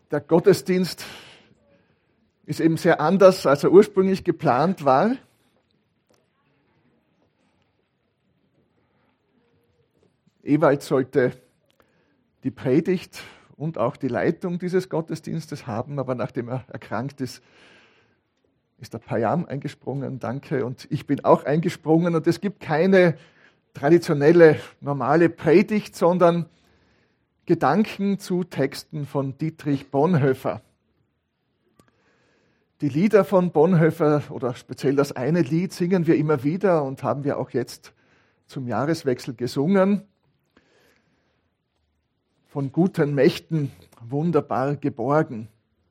Der Gottesdienst ist eben sehr anders, als er ursprünglich geplant war. Ewald sollte die Predigt und auch die Leitung dieses Gottesdienstes haben, aber nachdem er erkrankt ist, ist der Payam eingesprungen, danke, und ich bin auch eingesprungen, und es gibt keine traditionelle, normale Predigt, sondern Gedanken zu Texten von Dietrich Bonhoeffer. Die Lieder von Bonhoeffer, oder speziell das eine Lied, singen wir immer wieder und haben wir auch jetzt zum Jahreswechsel gesungen. Von guten Mächten wunderbar geborgen.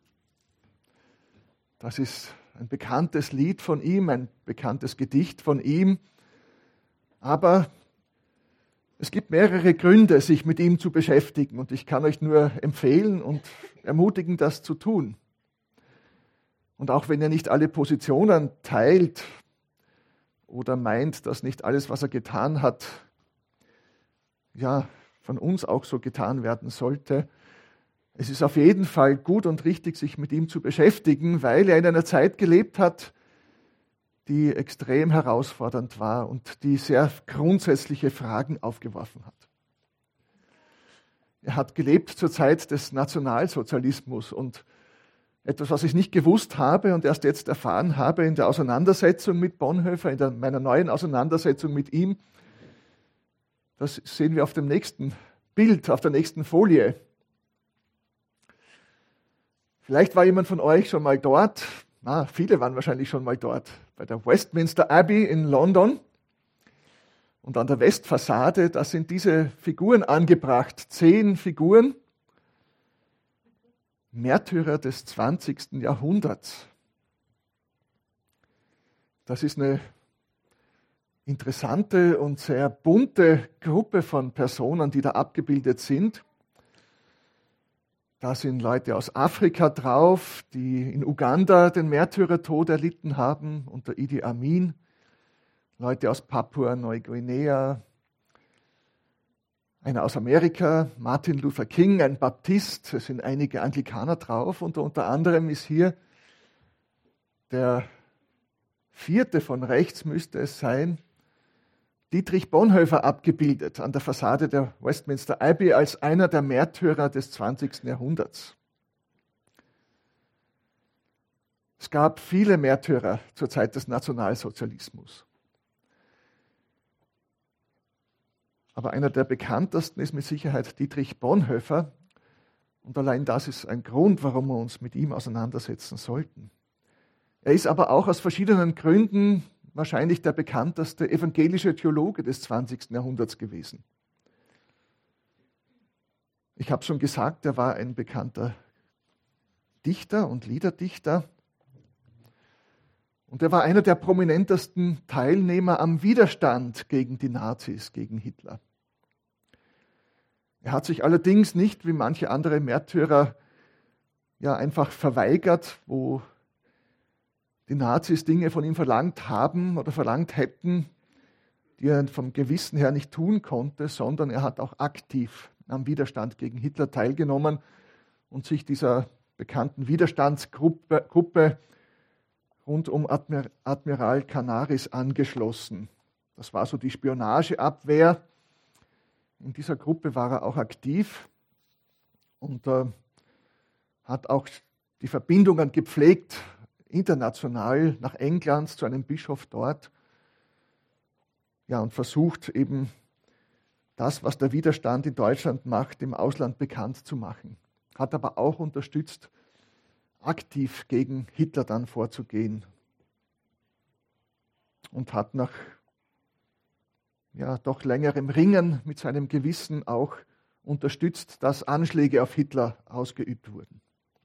Das ist ein bekanntes Lied von ihm, ein bekanntes Gedicht von ihm. Aber es gibt mehrere Gründe, sich mit ihm zu beschäftigen, und ich kann euch nur empfehlen und ermutigen, das zu tun. Und auch wenn ihr nicht alle Positionen teilt oder meint, dass nicht alles, was er getan hat, ja, von uns auch so getan werden sollte, es ist auf jeden Fall gut und richtig, sich mit ihm zu beschäftigen, weil er in einer Zeit gelebt hat, die extrem herausfordernd war und die sehr grundsätzliche Fragen aufgeworfen hat. Er hat gelebt zur Zeit des Nationalsozialismus, und etwas, was ich nicht gewusst habe und erst jetzt erfahren habe in der Auseinandersetzung mit Bonhoeffer, in meiner neuen Auseinandersetzung mit ihm, das sehen wir auf dem nächsten Bild, auf der nächsten Folie. Vielleicht war jemand von euch schon mal dort. Viele waren wahrscheinlich schon mal dort, bei der Westminster Abbey in London. Und an der Westfassade, da sind diese Figuren angebracht, 10 Figuren, Märtyrer des 20. Jahrhunderts. Das ist eine interessante und sehr bunte Gruppe von Personen, die da abgebildet sind. Da sind Leute aus Afrika drauf, die in Uganda den Märtyrertod erlitten haben unter Idi Amin. Leute aus Papua-Neuguinea. Einer aus Amerika, Martin Luther King, ein Baptist. Es sind einige Anglikaner drauf. Und unter anderem ist hier der 4. von rechts, müsste es sein, Dietrich Bonhoeffer abgebildet an der Fassade der Westminster Abbey als einer der Märtyrer des 20. Jahrhunderts. Es gab viele Märtyrer zur Zeit des Nationalsozialismus. Aber einer der bekanntesten ist mit Sicherheit Dietrich Bonhoeffer. Und allein das ist ein Grund, warum wir uns mit ihm auseinandersetzen sollten. Er ist aber auch aus verschiedenen Gründen wahrscheinlich der bekannteste evangelische Theologe des 20. Jahrhunderts gewesen. Ich habe schon gesagt, er war ein bekannter Dichter und Liederdichter. Und er war einer der prominentesten Teilnehmer am Widerstand gegen die Nazis, gegen Hitler. Er hat sich allerdings nicht, wie manche andere Märtyrer, einfach verweigert, wo die Nazis Dinge von ihm verlangt haben oder verlangt hätten, die er vom Gewissen her nicht tun konnte, sondern er hat auch aktiv am Widerstand gegen Hitler teilgenommen und sich dieser bekannten Widerstandsgruppe rund um Admiral Canaris angeschlossen. Das war so die Spionageabwehr. In dieser Gruppe war er auch aktiv und hat auch die Verbindungen gepflegt, international nach England zu einem Bischof dort. Ja, und versucht eben das, was der Widerstand in Deutschland macht, im Ausland bekannt zu machen. Hat aber auch unterstützt, aktiv gegen Hitler dann vorzugehen. Und hat nach doch längerem Ringen mit seinem Gewissen auch unterstützt, dass Anschläge auf Hitler ausgeübt wurden.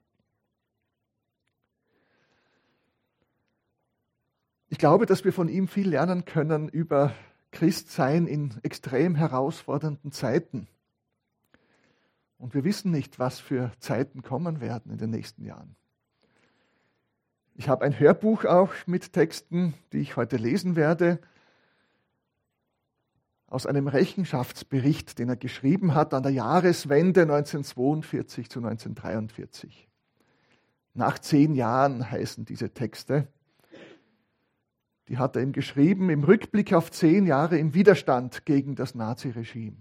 Ich glaube, dass wir von ihm viel lernen können über Christsein in extrem herausfordernden Zeiten. Und wir wissen nicht, was für Zeiten kommen werden in den nächsten Jahren. Ich habe ein Hörbuch auch mit Texten, die ich heute lesen werde. aus einem Rechenschaftsbericht, den er geschrieben hat an der Jahreswende 1942 zu 1943. Nach 10 Jahren heißen diese Texte. Die hat er ihm geschrieben im Rückblick auf 10 Jahre im Widerstand gegen das Naziregime.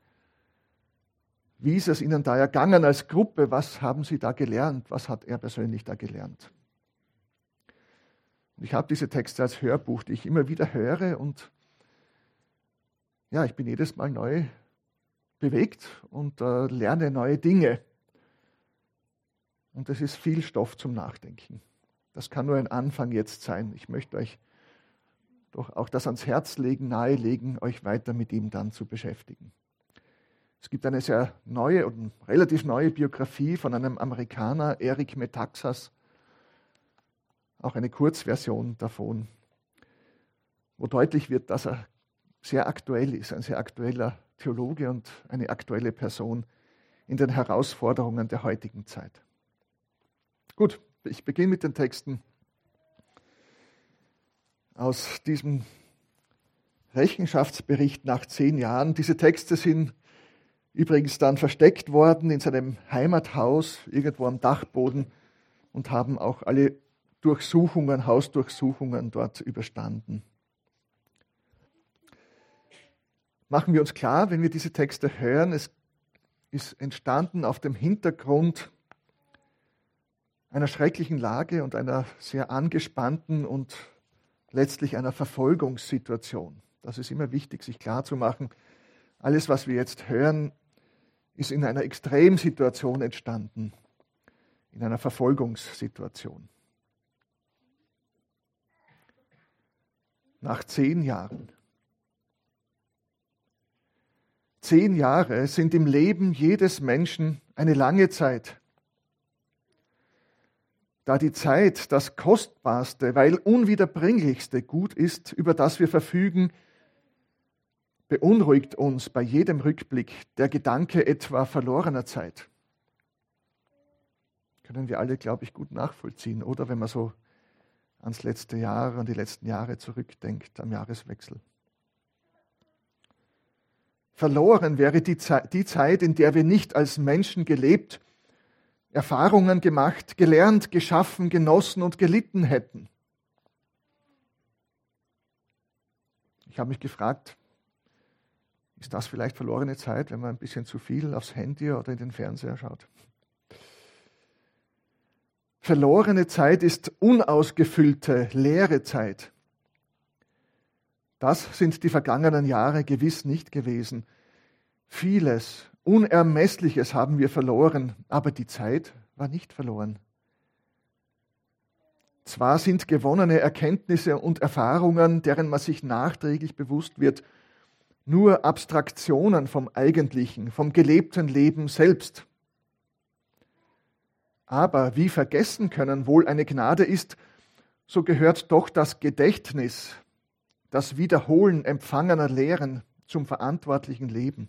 Wie ist es Ihnen da ergangen als Gruppe? Was haben Sie da gelernt? Was hat er persönlich da gelernt? Und ich habe diese Texte als Hörbuch, die ich immer wieder höre, und ja, ich bin jedes Mal neu bewegt und lerne neue Dinge. Und es ist viel Stoff zum Nachdenken. Das kann nur ein Anfang jetzt sein. Ich möchte euch doch auch das ans Herz legen, nahelegen, euch weiter mit ihm dann zu beschäftigen. Es gibt eine sehr neue und relativ neue Biografie von einem Amerikaner, Eric Metaxas, auch eine Kurzversion davon, wo deutlich wird, dass er sehr aktuell ist, ein sehr aktueller Theologe und eine aktuelle Person in den Herausforderungen der heutigen Zeit. Gut, ich beginne mit den Texten aus diesem Rechenschaftsbericht nach 10 Jahren. Diese Texte sind übrigens dann versteckt worden in seinem Heimathaus, irgendwo am Dachboden, und haben auch alle Durchsuchungen, Hausdurchsuchungen dort überstanden. Machen wir uns klar, wenn wir diese Texte hören, es ist entstanden auf dem Hintergrund einer schrecklichen Lage und einer sehr angespannten und letztlich einer Verfolgungssituation. Das ist immer wichtig, sich klarzumachen. Alles, was wir jetzt hören, ist in einer Extremsituation entstanden, in einer Verfolgungssituation. Nach 10 Jahren. 10 Jahre sind im Leben jedes Menschen eine lange Zeit. Da die Zeit das kostbarste, weil unwiederbringlichste Gut ist, über das wir verfügen, beunruhigt uns bei jedem Rückblick der Gedanke etwa verlorener Zeit. Können wir alle, glaube ich, gut nachvollziehen, oder wenn man so ans letzte Jahr, an die letzten Jahre zurückdenkt, am Jahreswechsel. Verloren wäre die Zeit, in der wir nicht als Menschen gelebt, Erfahrungen gemacht, gelernt, geschaffen, genossen und gelitten hätten. Ich habe mich gefragt, ist das vielleicht verlorene Zeit, wenn man ein bisschen zu viel aufs Handy oder in den Fernseher schaut? Verlorene Zeit ist unausgefüllte, leere Zeit. Das sind die vergangenen Jahre gewiss nicht gewesen. Vieles, Unermessliches haben wir verloren, aber die Zeit war nicht verloren. Zwar sind gewonnene Erkenntnisse und Erfahrungen, deren man sich nachträglich bewusst wird, nur Abstraktionen vom Eigentlichen, vom gelebten Leben selbst. Aber wie vergessen können wohl eine Gnade ist, so gehört doch das Gedächtnis, das Wiederholen empfangener Lehren zum verantwortlichen Leben.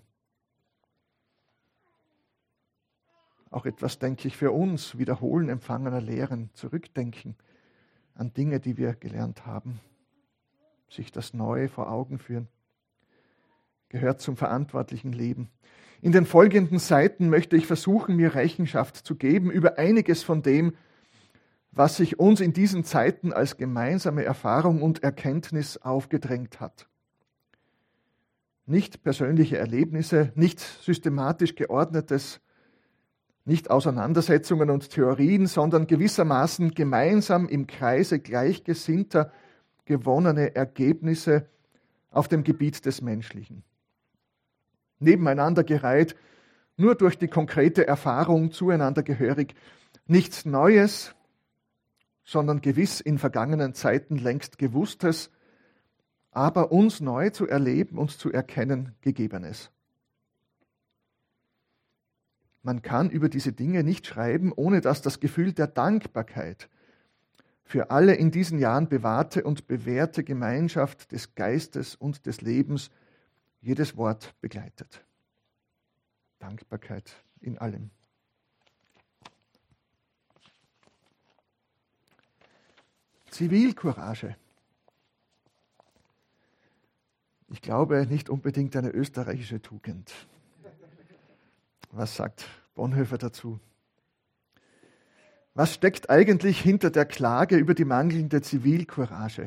Auch etwas, denke ich, für uns, Wiederholen empfangener Lehren, zurückdenken an Dinge, die wir gelernt haben, sich das Neue vor Augen führen, gehört zum verantwortlichen Leben. In den folgenden Seiten möchte ich versuchen, mir Rechenschaft zu geben über einiges von dem, was sich uns in diesen Zeiten als gemeinsame Erfahrung und Erkenntnis aufgedrängt hat. Nicht persönliche Erlebnisse, nicht systematisch geordnetes, nicht Auseinandersetzungen und Theorien, sondern gewissermaßen gemeinsam im Kreise Gleichgesinnter gewonnene Ergebnisse auf dem Gebiet des Menschlichen. Nebeneinander gereiht, nur durch die konkrete Erfahrung zueinander gehörig, nichts Neues, sondern gewiss in vergangenen Zeiten längst Gewusstes, aber uns neu zu erleben und zu erkennen Gegebenes. Man kann über diese Dinge nicht schreiben, ohne dass das Gefühl der Dankbarkeit für alle in diesen Jahren bewahrte und bewährte Gemeinschaft des Geistes und des Lebens jedes Wort begleitet. Dankbarkeit in allem. Zivilcourage. Ich ich glaube, nicht unbedingt eine österreichische Tugend. Was sagt Bonhoeffer dazu? Was steckt eigentlich hinter der Klage über die mangelnde Zivilcourage?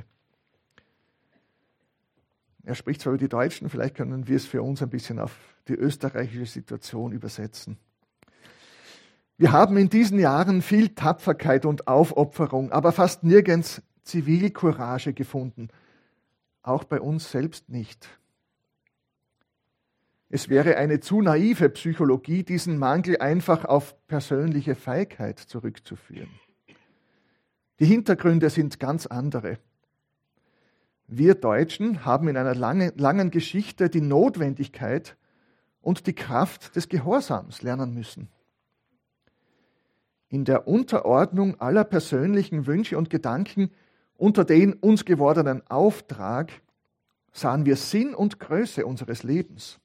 Er spricht zwar über die Deutschen, vielleicht können wir es für uns ein bisschen auf die österreichische Situation übersetzen. Wir haben in diesen Jahren viel Tapferkeit und Aufopferung, aber fast nirgends Zivilcourage gefunden. Auch bei uns selbst nicht. Es wäre eine zu naive Psychologie, diesen Mangel einfach auf persönliche Feigheit zurückzuführen. Die Hintergründe sind ganz andere. Wir Deutschen haben in einer langen Geschichte die Notwendigkeit und die Kraft des Gehorsams lernen müssen. In der Unterordnung aller persönlichen Wünsche und Gedanken unter den uns gewordenen Auftrag sahen wir Sinn und Größe unseres Lebens.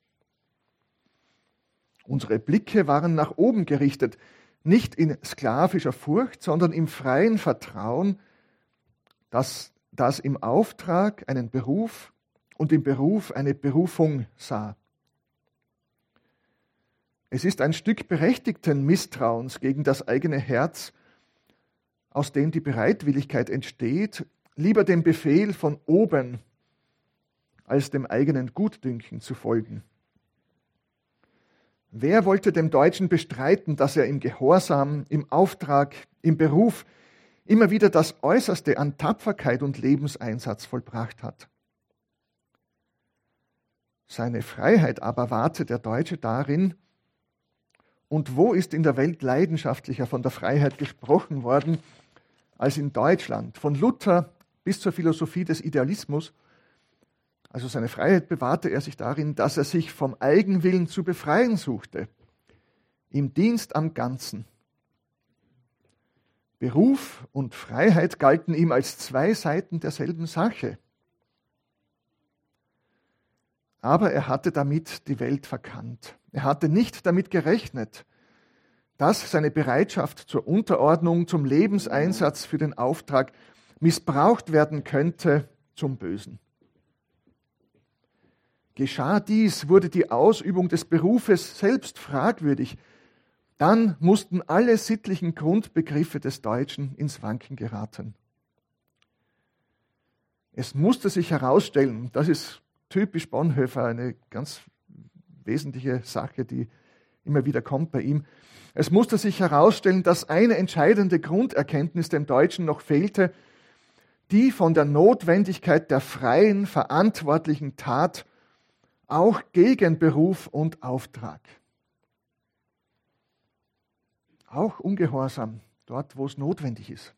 Unsere Blicke waren nach oben gerichtet, nicht in sklavischer Furcht, sondern im freien Vertrauen, dass das im Auftrag einen Beruf und im Beruf eine Berufung sah. Es ist ein Stück berechtigten Misstrauens gegen das eigene Herz, aus dem die Bereitwilligkeit entsteht, lieber dem Befehl von oben als dem eigenen Gutdünken zu folgen. Wer wollte dem Deutschen bestreiten, dass er im Gehorsam, im Auftrag, im Beruf immer wieder das Äußerste an Tapferkeit und Lebenseinsatz vollbracht hat? Seine Freiheit aber wahrte der Deutsche darin, und wo ist in der Welt leidenschaftlicher von der Freiheit gesprochen worden, als in Deutschland, von Luther bis zur Philosophie des Idealismus? Also seine Freiheit bewahrte er sich darin, dass er sich vom Eigenwillen zu befreien suchte, im Dienst am Ganzen. Beruf und Freiheit galten ihm als zwei Seiten derselben Sache. Aber er hatte damit die Welt verkannt. Er hatte nicht damit gerechnet, dass seine Bereitschaft zur Unterordnung, zum Lebenseinsatz für den Auftrag missbraucht werden könnte zum Bösen. Geschah dies, wurde die Ausübung des Berufes selbst fragwürdig, dann mussten alle sittlichen Grundbegriffe des Deutschen ins Wanken geraten. Es musste sich herausstellen, das ist typisch Bonhoeffer, eine ganz wesentliche Sache, die immer wieder kommt bei ihm. Es musste sich herausstellen, dass eine entscheidende Grunderkenntnis dem Deutschen noch fehlte, die von der Notwendigkeit der freien, verantwortlichen Tat auch gegen Beruf und Auftrag. Auch ungehorsam, dort wo es notwendig ist.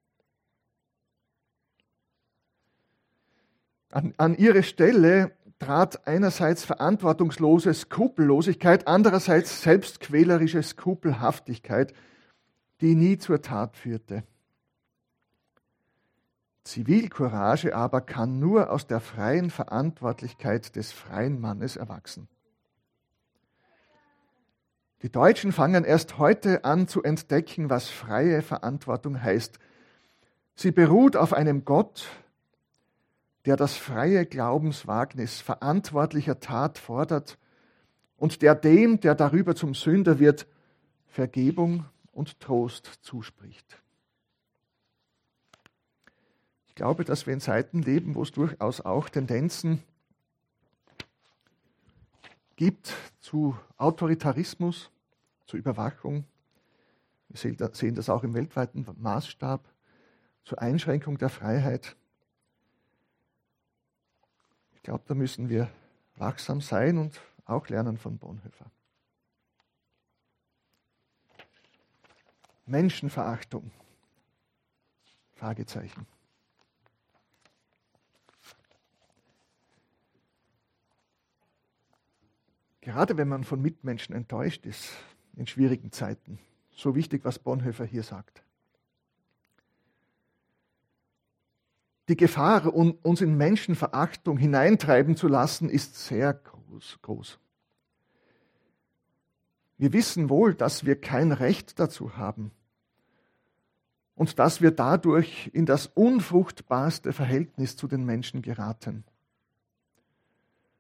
An ihre Stelle trat einerseits verantwortungslose Skrupellosigkeit, andererseits selbstquälerische Skrupelhaftigkeit, die nie zur Tat führte. Zivilcourage aber kann nur aus der freien Verantwortlichkeit des freien Mannes erwachsen. Die Deutschen fangen erst heute an zu entdecken, was freie Verantwortung heißt. Sie beruht auf einem Gott, der das freie Glaubenswagnis verantwortlicher Tat fordert und der dem, der darüber zum Sünder wird, Vergebung und Trost zuspricht. Ich glaube, dass wir in Zeiten leben, wo es durchaus auch Tendenzen gibt zu Autoritarismus, zu Überwachung. Wir sehen das auch im weltweiten Maßstab, zur Einschränkung der Freiheit. Ich glaube, da müssen wir wachsam sein und auch lernen von Bonhoeffer. Menschenverachtung? Fragezeichen. Gerade wenn man von Mitmenschen enttäuscht ist, in schwierigen Zeiten, so wichtig, was Bonhoeffer hier sagt. Die Gefahr, uns in Menschenverachtung hineintreiben zu lassen, ist sehr groß. Wir wissen wohl, dass wir kein Recht dazu haben und dass wir dadurch in das unfruchtbarste Verhältnis zu den Menschen geraten.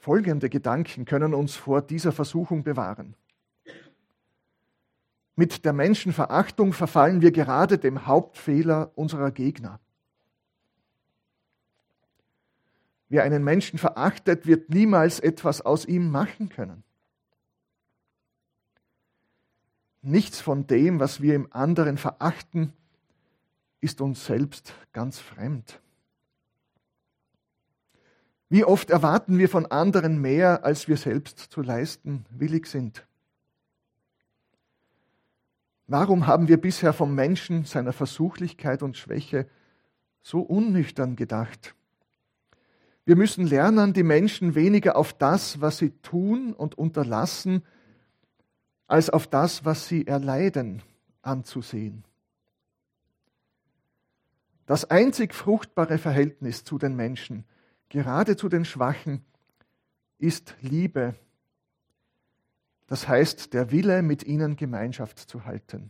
Folgende Gedanken können uns vor dieser Versuchung bewahren. Mit der Menschenverachtung verfallen wir gerade dem Hauptfehler unserer Gegner. Wer einen Menschen verachtet, wird niemals etwas aus ihm machen können. Nichts von dem, was wir im anderen verachten, ist uns selbst ganz fremd. Wie oft erwarten wir von anderen mehr, als wir selbst zu leisten willig sind? Warum haben wir bisher vom Menschen, seiner Versuchlichkeit und Schwäche so unnüchtern gedacht? Wir müssen lernen, die Menschen weniger auf das, was sie tun und unterlassen, als auf das, was sie erleiden, anzusehen. Das einzig fruchtbare Verhältnis zu den Menschen, gerade zu den Schwachen, ist Liebe. Das heißt, der Wille, mit ihnen Gemeinschaft zu halten.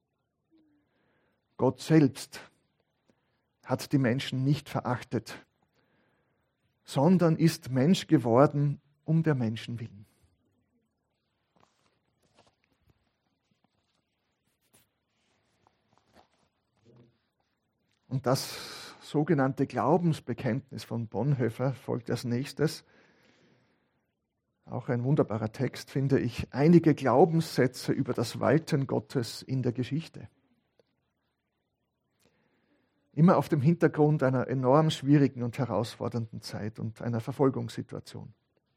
Gott selbst hat die Menschen nicht verachtet, sondern ist Mensch geworden um der Menschen willen. Und das sogenannte Glaubensbekenntnis von Bonhoeffer folgt als nächstes. Auch ein wunderbarer Text, finde ich. Einige Glaubenssätze über das Walten Gottes in der Geschichte. Immer auf dem Hintergrund einer enorm schwierigen und herausfordernden Zeit und einer Verfolgungssituation.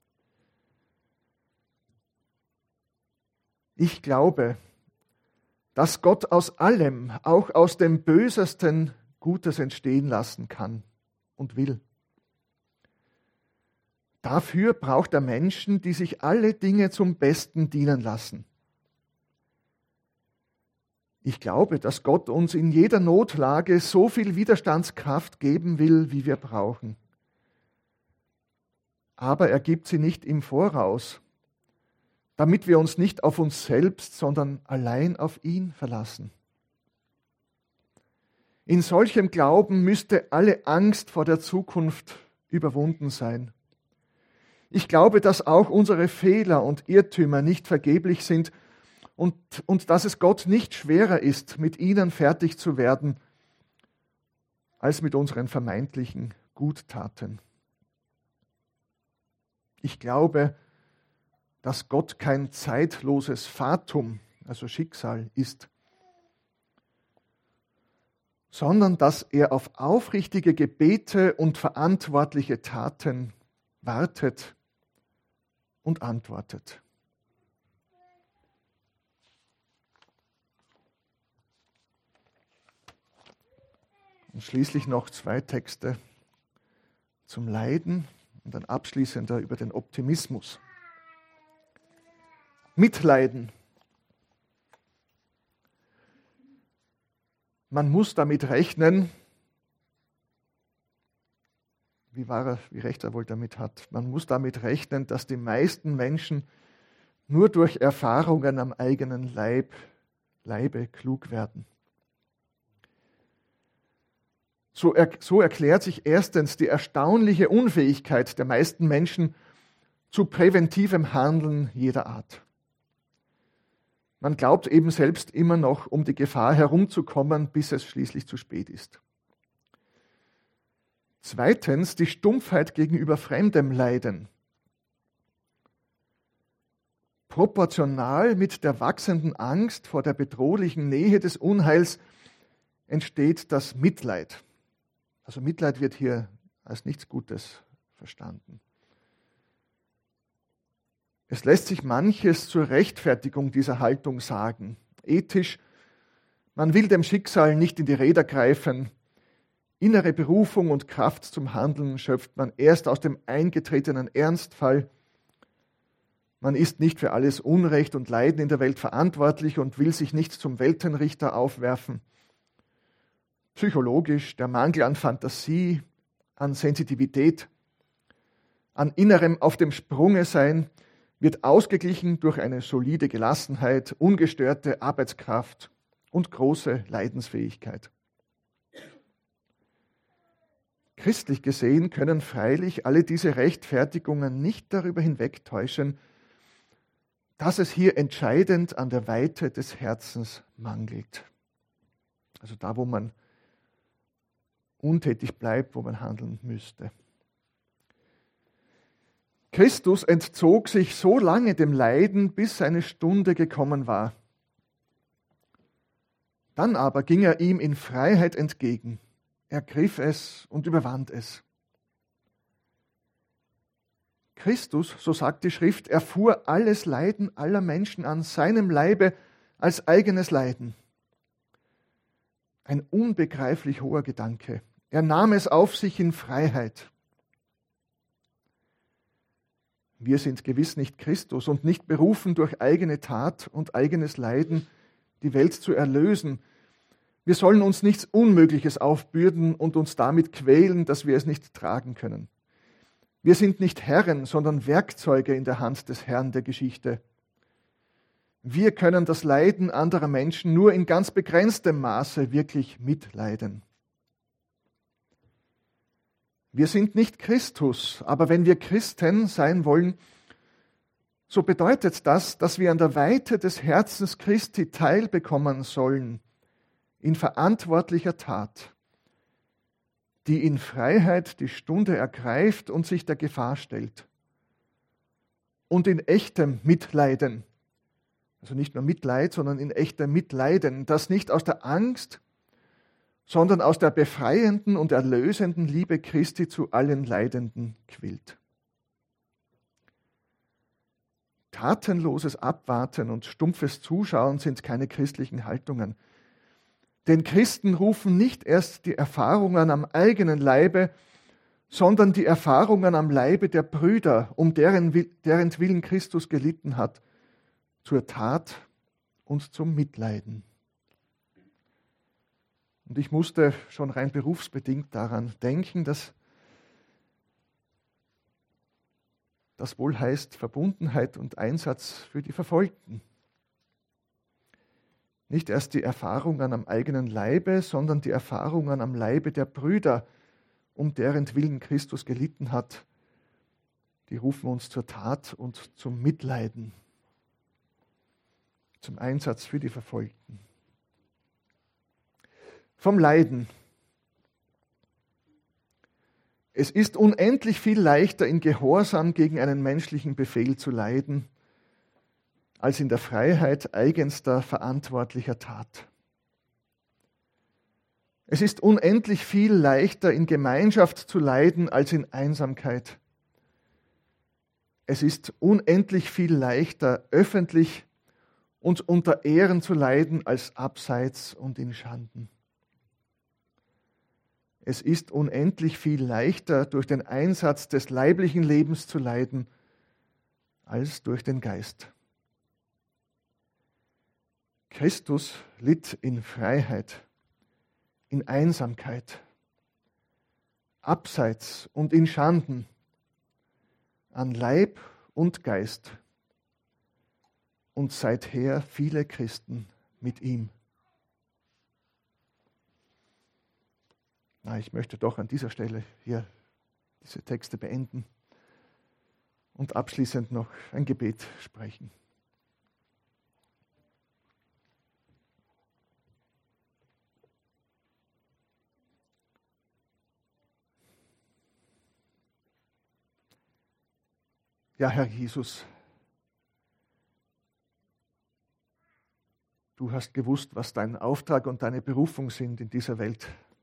Ich glaube, dass Gott aus allem, auch aus dem Bösesten, Gutes entstehen lassen kann und will. Dafür braucht er Menschen, die sich alle Dinge zum Besten dienen lassen. Ich glaube, dass Gott uns in jeder Notlage so viel Widerstandskraft geben will, wie wir brauchen. Aber er gibt sie nicht im Voraus, damit wir uns nicht auf uns selbst, sondern allein auf ihn verlassen. In solchem Glauben müsste alle Angst vor der Zukunft überwunden sein. Ich glaube, dass auch unsere Fehler und Irrtümer nicht vergeblich sind und dass es Gott nicht schwerer ist, mit ihnen fertig zu werden, als mit unseren vermeintlichen Guttaten. Ich glaube, dass Gott kein zeitloses Fatum, also Schicksal, ist, sondern dass er auf aufrichtige Gebete und verantwortliche Taten wartet und antwortet. Und schließlich noch 2 Texte zum Leiden und ein abschließender über den Optimismus. Mitleiden. Man muss damit rechnen, wie recht er wohl damit hat, man muss damit rechnen, dass die meisten Menschen nur durch Erfahrungen am eigenen Leibe klug werden. So erklärt sich erstens die erstaunliche Unfähigkeit der meisten Menschen zu präventivem Handeln jeder Art. Man glaubt eben selbst immer noch, um die Gefahr herumzukommen, bis es schließlich zu spät ist. Zweitens die Stumpfheit gegenüber fremdem Leiden. Proportional mit der wachsenden Angst vor der bedrohlichen Nähe des Unheils entsteht das Mitleid. Also Mitleid wird hier als nichts Gutes verstanden. Es lässt sich manches zur Rechtfertigung dieser Haltung sagen. Ethisch, man will dem Schicksal nicht in die Räder greifen. Innere Berufung und Kraft zum Handeln schöpft man erst aus dem eingetretenen Ernstfall. Man ist nicht für alles Unrecht und Leiden in der Welt verantwortlich und will sich nicht zum Weltenrichter aufwerfen. Psychologisch der Mangel an Fantasie, an Sensitivität, an innerem auf dem Sprunge sein, wird ausgeglichen durch eine solide Gelassenheit, ungestörte Arbeitskraft und große Leidensfähigkeit. Christlich gesehen können freilich alle diese Rechtfertigungen nicht darüber hinwegtäuschen, dass es hier entscheidend an der Weite des Herzens mangelt. Also da, wo man untätig bleibt, wo man handeln müsste. Christus entzog sich so lange dem Leiden, bis seine Stunde gekommen war. Dann aber ging er ihm in Freiheit entgegen. Er griff es und überwand es. Christus, so sagt die Schrift, erfuhr alles Leiden aller Menschen an seinem Leibe als eigenes Leiden. Ein unbegreiflich hoher Gedanke. Er nahm es auf sich in Freiheit. Wir sind gewiss nicht Christus und nicht berufen, durch eigene Tat und eigenes Leiden die Welt zu erlösen. Wir sollen uns nichts Unmögliches aufbürden und uns damit quälen, dass wir es nicht tragen können. Wir sind nicht Herren, sondern Werkzeuge in der Hand des Herrn der Geschichte. Wir können das Leiden anderer Menschen nur in ganz begrenztem Maße wirklich mitleiden. Wir sind nicht Christus, aber wenn wir Christen sein wollen, so bedeutet das, dass wir an der Weite des Herzens Christi teilbekommen sollen, in verantwortlicher Tat, die in Freiheit die Stunde ergreift und sich der Gefahr stellt. Und in echtem Mitleiden, also nicht nur Mitleid, sondern in echtem Mitleiden, das nicht aus der Angst, sondern aus der befreienden und erlösenden Liebe Christi zu allen Leidenden quillt. Tatenloses Abwarten und stumpfes Zuschauen sind keine christlichen Haltungen. Denn Christen rufen nicht erst die Erfahrungen am eigenen Leibe, sondern die Erfahrungen am Leibe der Brüder, um deren Willen Christus gelitten hat, zur Tat und zum Mitleiden. Und ich musste schon rein berufsbedingt daran denken, dass das wohl heißt Verbundenheit und Einsatz für die Verfolgten. Nicht erst die Erfahrungen am eigenen Leibe, sondern die Erfahrungen am Leibe der Brüder, um deren Willen Christus gelitten hat, die rufen uns zur Tat und zum Mitleiden, zum Einsatz für die Verfolgten. Vom Leiden. Es ist unendlich viel leichter, in Gehorsam gegen einen menschlichen Befehl zu leiden, als in der Freiheit eigenster verantwortlicher Tat. Es ist unendlich viel leichter, in Gemeinschaft zu leiden, als in Einsamkeit. Es ist unendlich viel leichter, öffentlich und unter Ehren zu leiden, als abseits und in Schanden. Es ist unendlich viel leichter, durch den Einsatz des leiblichen Lebens zu leiden, als durch den Geist. Christus litt in Freiheit, in Einsamkeit, abseits und in Schanden, an Leib und Geist und seither viele Christen mit ihm. Ich möchte doch an dieser Stelle hier diese Texte beenden und abschließend noch ein Gebet sprechen. Ja, Herr Jesus, du hast gewusst, was dein Auftrag und deine Berufung sind in dieser Welt.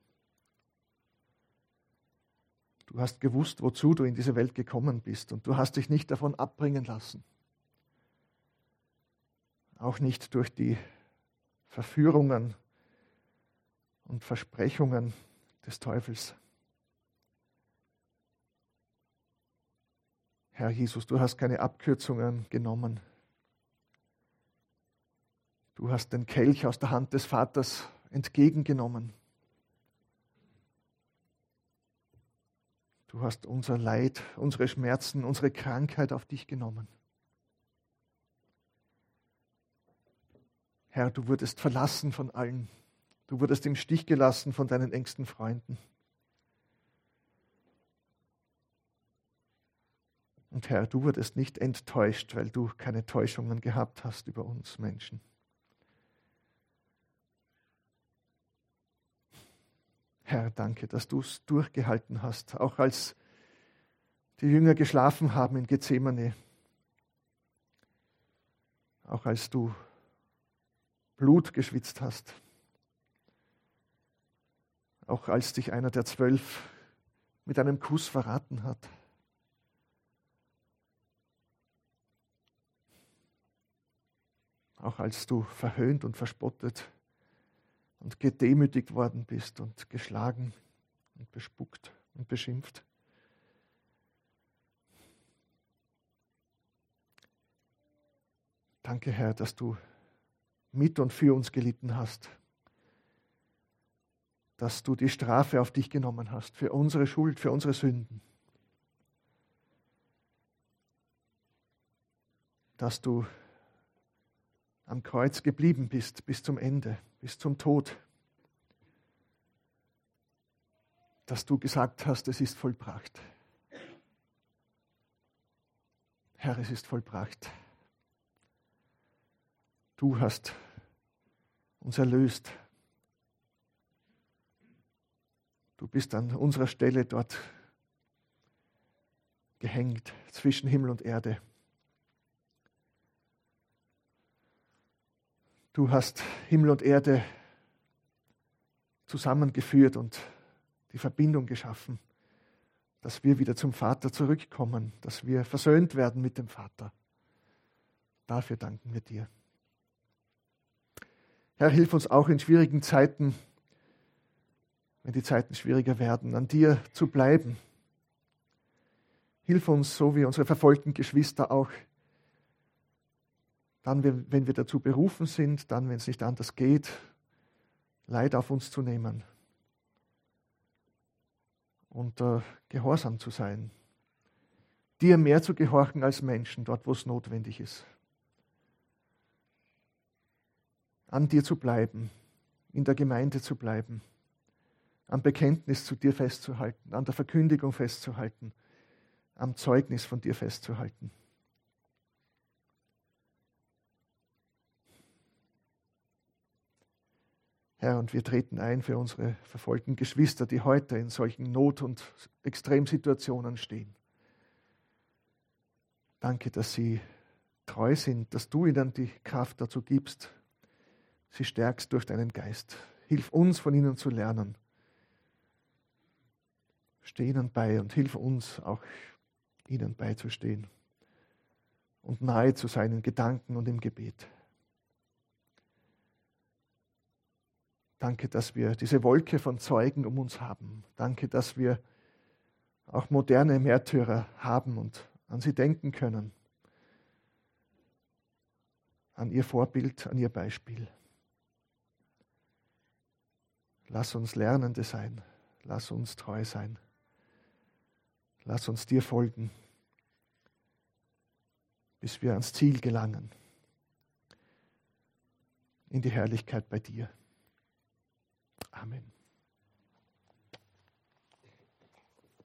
Du hast gewusst, wozu du in diese Welt gekommen bist, und du hast dich nicht davon abbringen lassen. Auch nicht durch die Verführungen und Versprechungen des Teufels. Herr Jesus, du hast keine Abkürzungen genommen. Du hast den Kelch aus der Hand des Vaters entgegengenommen. Du hast unser Leid, unsere Schmerzen, unsere Krankheit auf dich genommen. Herr, du wurdest verlassen von allen. Du wurdest im Stich gelassen von deinen engsten Freunden. Und Herr, du wurdest nicht enttäuscht, weil du keine Täuschungen gehabt hast über uns Menschen. Herr, danke, dass du es durchgehalten hast, auch als die Jünger geschlafen haben in Gethsemane, auch als du Blut geschwitzt hast, auch als dich einer der 12 mit einem Kuss verraten hat. Auch als du verhöhnt und verspottet und gedemütigt worden bist und geschlagen und bespuckt und beschimpft. Danke, Herr, dass du mit und für uns gelitten hast, dass du die Strafe auf dich genommen hast für unsere Schuld, für unsere Sünden, dass du am Kreuz geblieben bist bis zum Ende, bis zum Tod, dass du gesagt hast, es ist vollbracht. Herr, es ist vollbracht. Du hast uns erlöst. Du bist an unserer Stelle dort gehängt zwischen Himmel und Erde. Du hast Himmel und Erde zusammengeführt und die Verbindung geschaffen, dass wir wieder zum Vater zurückkommen, dass wir versöhnt werden mit dem Vater. Dafür danken wir dir. Herr, hilf uns auch in schwierigen Zeiten, wenn die Zeiten schwieriger werden, an dir zu bleiben. Hilf uns, so wie unsere verfolgten Geschwister auch, dann, wenn wir dazu berufen sind, dann, wenn es nicht anders geht, Leid auf uns zu nehmen und gehorsam zu sein. Dir mehr zu gehorchen als Menschen, dort wo es notwendig ist. An dir zu bleiben, in der Gemeinde zu bleiben, am Bekenntnis zu dir festzuhalten, an der Verkündigung festzuhalten, am Zeugnis von dir festzuhalten. Herr, und wir treten ein für unsere verfolgten Geschwister, die heute in solchen Not- und Extremsituationen stehen. Danke, dass sie treu sind, dass du ihnen die Kraft dazu gibst, sie stärkst durch deinen Geist. Hilf uns, von ihnen zu lernen. Steh ihnen bei und hilf uns, auch ihnen beizustehen und nahe zu sein in Gedanken und im Gebet. Danke, dass wir diese Wolke von Zeugen um uns haben. Danke, dass wir auch moderne Märtyrer haben und an sie denken können. An ihr Vorbild, an ihr Beispiel. Lass uns Lernende sein. Lass uns treu sein. Lass uns dir folgen, bis wir ans Ziel gelangen. In die Herrlichkeit bei dir. Amen.